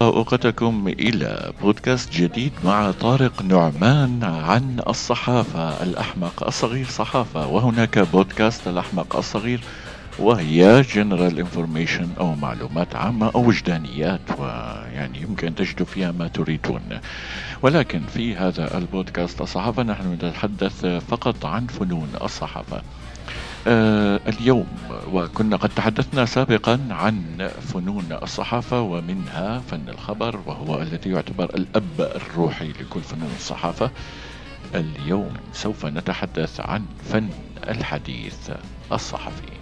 أوقاتكم إلى بودكاست جديد مع طارق نعمان عن الصحافة. الأحمق الصغير صحافة، وهناك بودكاست الأحمق الصغير، وهي General Information أو معلومات عامة أو وجدانيات، ويعني يمكن تجد فيها ما تريدون. ولكن في هذا البودكاست الصحافة نحن نتحدث فقط عن فنون الصحافة. اليوم، وكنا قد تحدثنا سابقا عن فنون الصحافة ومنها فن الخبر، وهو الذي يعتبر الأب الروحي لكل فنون الصحافة. اليوم سوف نتحدث عن فن الحديث الصحفي.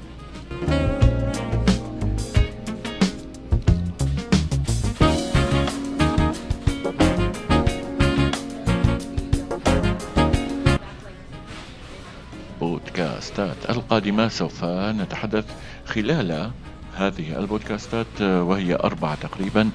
بودكاستات القادمة سوف نتحدث خلال هذه البودكاستات، وهي 4 تقريبا،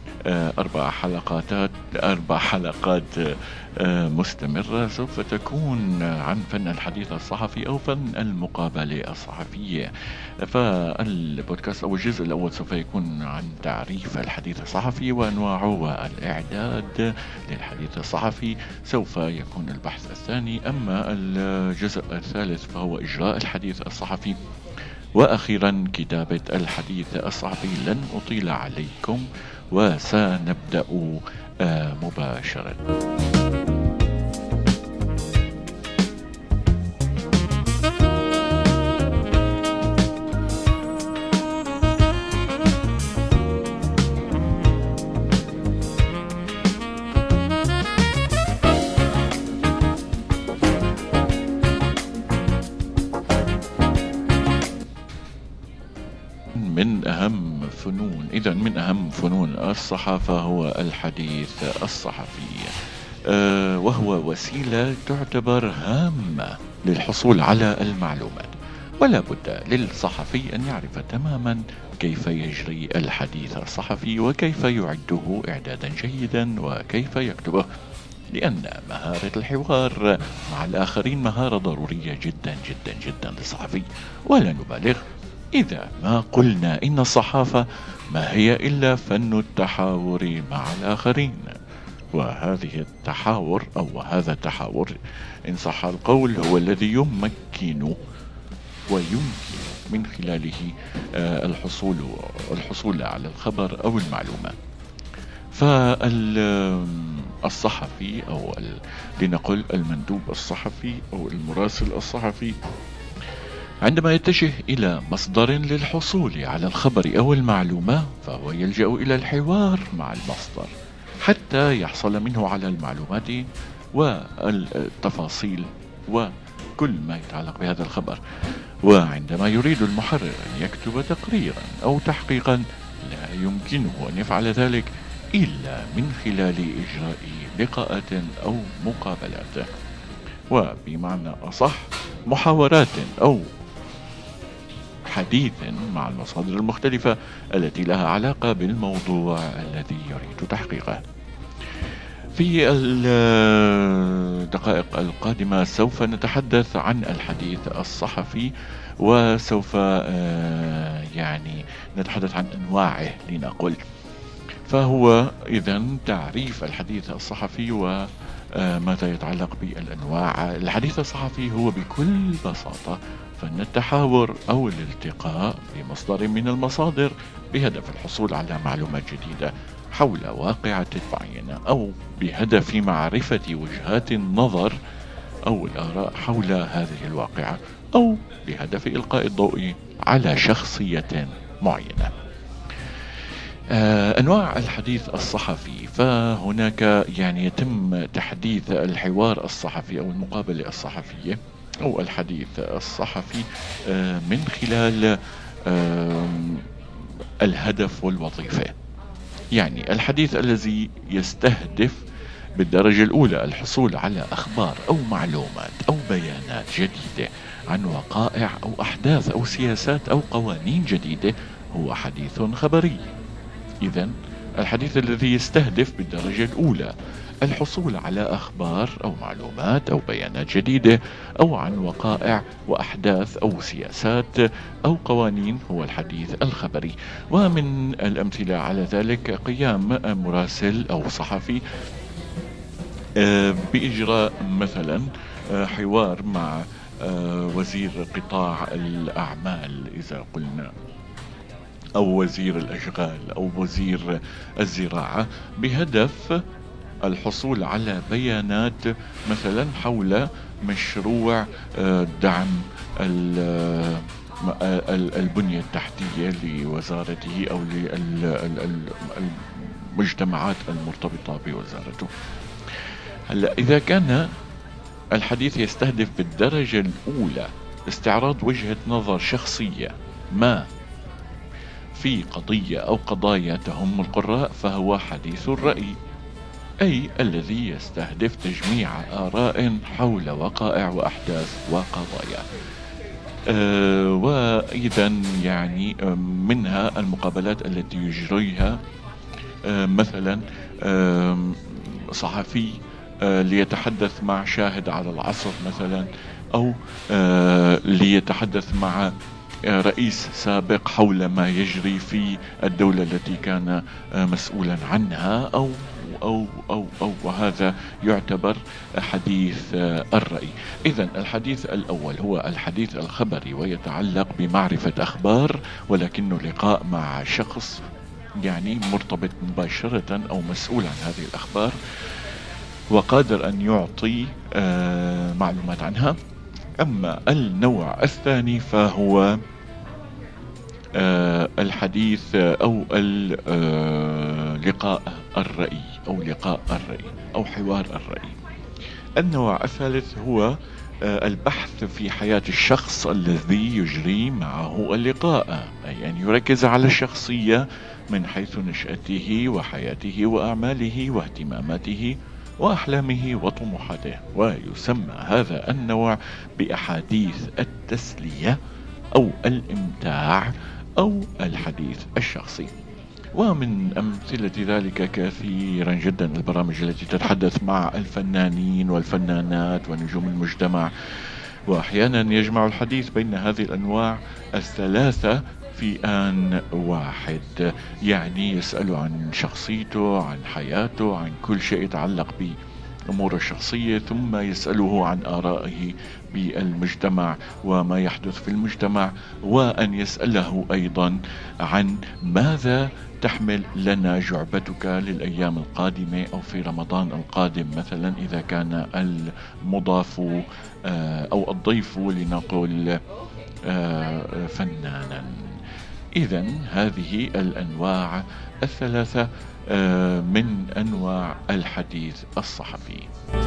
4 حلقات مستمرة، سوف تكون عن فن الحديث الصحفي أو فن المقابلة الصحفية. فالبودكاست أو الجزء الأول سوف يكون عن تعريف الحديث الصحفي وأنواعه والإعداد للحديث الصحفي. سوف يكون البحث الثاني. أما الجزء الثالث فهو إجراء الحديث الصحفي، وأخيرا كتابة الحديث الصحفي. لن أطيل عليكم وسنبدأ مباشرة. من أهم فنون الصحافة هو الحديث الصحفي، وهو وسيلة تعتبر هامة للحصول على المعلومات، ولا بد للصحفي أن يعرف تماما كيف يجري الحديث الصحفي وكيف يعده إعدادا جيدا وكيف يكتبه، لأن مهارة الحوار مع الآخرين مهارة ضرورية جدا جدا جدا للصحفي. ولا نبالغ إذا ما قلنا إن الصحافة ما هي إلا فن التحاور مع الآخرين. وهذا التحاور إن صح القول هو الذي يمكن ويمكن من خلاله الحصول على الخبر أو المعلومة. فالصحفي أو لنقل المندوب الصحفي أو المراسل الصحفي عندما يتجه إلى مصدر للحصول على الخبر أو المعلومة، فهو يلجأ إلى الحوار مع المصدر حتى يحصل منه على المعلومات والتفاصيل وكل ما يتعلق بهذا الخبر. وعندما يريد المحرر أن يكتب تقريرا أو تحقيقا، لا يمكنه أن يفعل ذلك إلا من خلال إجراء لقاءات أو مقابلات، وبمعنى أصح محاورات أو حديث مع المصادر المختلفة التي لها علاقة بالموضوع الذي يريد تحقيقه. في الدقائق القادمة سوف نتحدث عن الحديث الصحفي، وسوف نتحدث عن أنواعه لنقل. فهو إذن تعريف الحديث الصحفي وماذا يتعلق بالأنواع. الحديث الصحفي هو بكل بساطة فن التحاور أو الالتقاء بمصدر من المصادر بهدف الحصول على معلومات جديدة حول واقعة معينة، أو بهدف معرفة وجهات النظر أو الآراء حول هذه الواقعة، أو بهدف إلقاء الضوء على شخصية معينة. أنواع الحديث الصحفي، فهناك يتم تحديث الحوار الصحفي أو المقابلة الصحفية أو الحديث الصحفي من خلال الهدف والوظيفة. الحديث الذي يستهدف بالدرجة الأولى الحصول على أخبار أو معلومات أو بيانات جديدة عن وقائع أو أحداث أو سياسات أو قوانين جديدة هو حديث خبري. إذن الحديث الذي يستهدف بالدرجة الأولى الحصول على أخبار أو معلومات أو بيانات جديدة، أو عن وقائع وأحداث أو سياسات أو قوانين، هو الحديث الخبري. ومن الأمثلة على ذلك قيام مراسل أو صحفي بإجراء مثلا حوار مع وزير قطاع الأعمال إذا قلنا، أو وزير الأشغال، أو وزير الزراعة، بهدف الحصول على بيانات مثلا حول مشروع دعم البنية التحتية لوزارته أو للمجتمعات المرتبطة بوزارته. هلا إذا كان الحديث يستهدف بالدرجة الأولى استعراض وجهة نظر شخصية ما في قضية أو قضايا تهم القراء، فهو حديث الرأي، أي الذي يستهدف تجميع آراء حول وقائع وأحداث وقضايا. وأيضا يعني منها المقابلات التي يجريها مثلا صحفي ليتحدث مع شاهد على العصر مثلا، أو ليتحدث مع رئيس سابق حول ما يجري في الدولة التي كان مسؤولا عنها، أو وهذا يعتبر حديث الرأي. إذن الحديث الأول هو الحديث الخبري، ويتعلق بمعرفة أخبار، ولكنه لقاء مع شخص يعني مرتبط مباشرة أو مسؤول عن هذه الأخبار، وقادر أن يعطي معلومات عنها. أما النوع الثاني فهو الحديث أو لقاء الرأي، أو لقاء الرأي أو حوار الرأي. النوع الثالث هو البحث في حياة الشخص الذي يجري معه اللقاء، أي أن يركز على الشخصية من حيث نشأته وحياته وأعماله واهتماماته وأحلامه وطموحاته، ويسمى هذا النوع بأحاديث التسلية أو الإمتاع أو الحديث الشخصي. ومن أمثلة ذلك كثيرا جدا البرامج التي تتحدث مع الفنانين والفنانات ونجوم المجتمع، وأحيانا يجمع الحديث بين هذه الأنواع الثلاثة في آن واحد، يعني يسأل عن شخصيته، عن حياته، عن كل شيء يتعلق بأموره الشخصية، ثم يسأله عن آرائه بالمجتمع وما يحدث في المجتمع، وأن يسأله أيضا عن ماذا تحمل لنا جعبتك للأيام القادمة، أو في رمضان القادم مثلا إذا كان المضاف أو الضيف لنقل فنانا. إذن هذه الأنواع الثلاثة من أنواع الحديث الصحفي.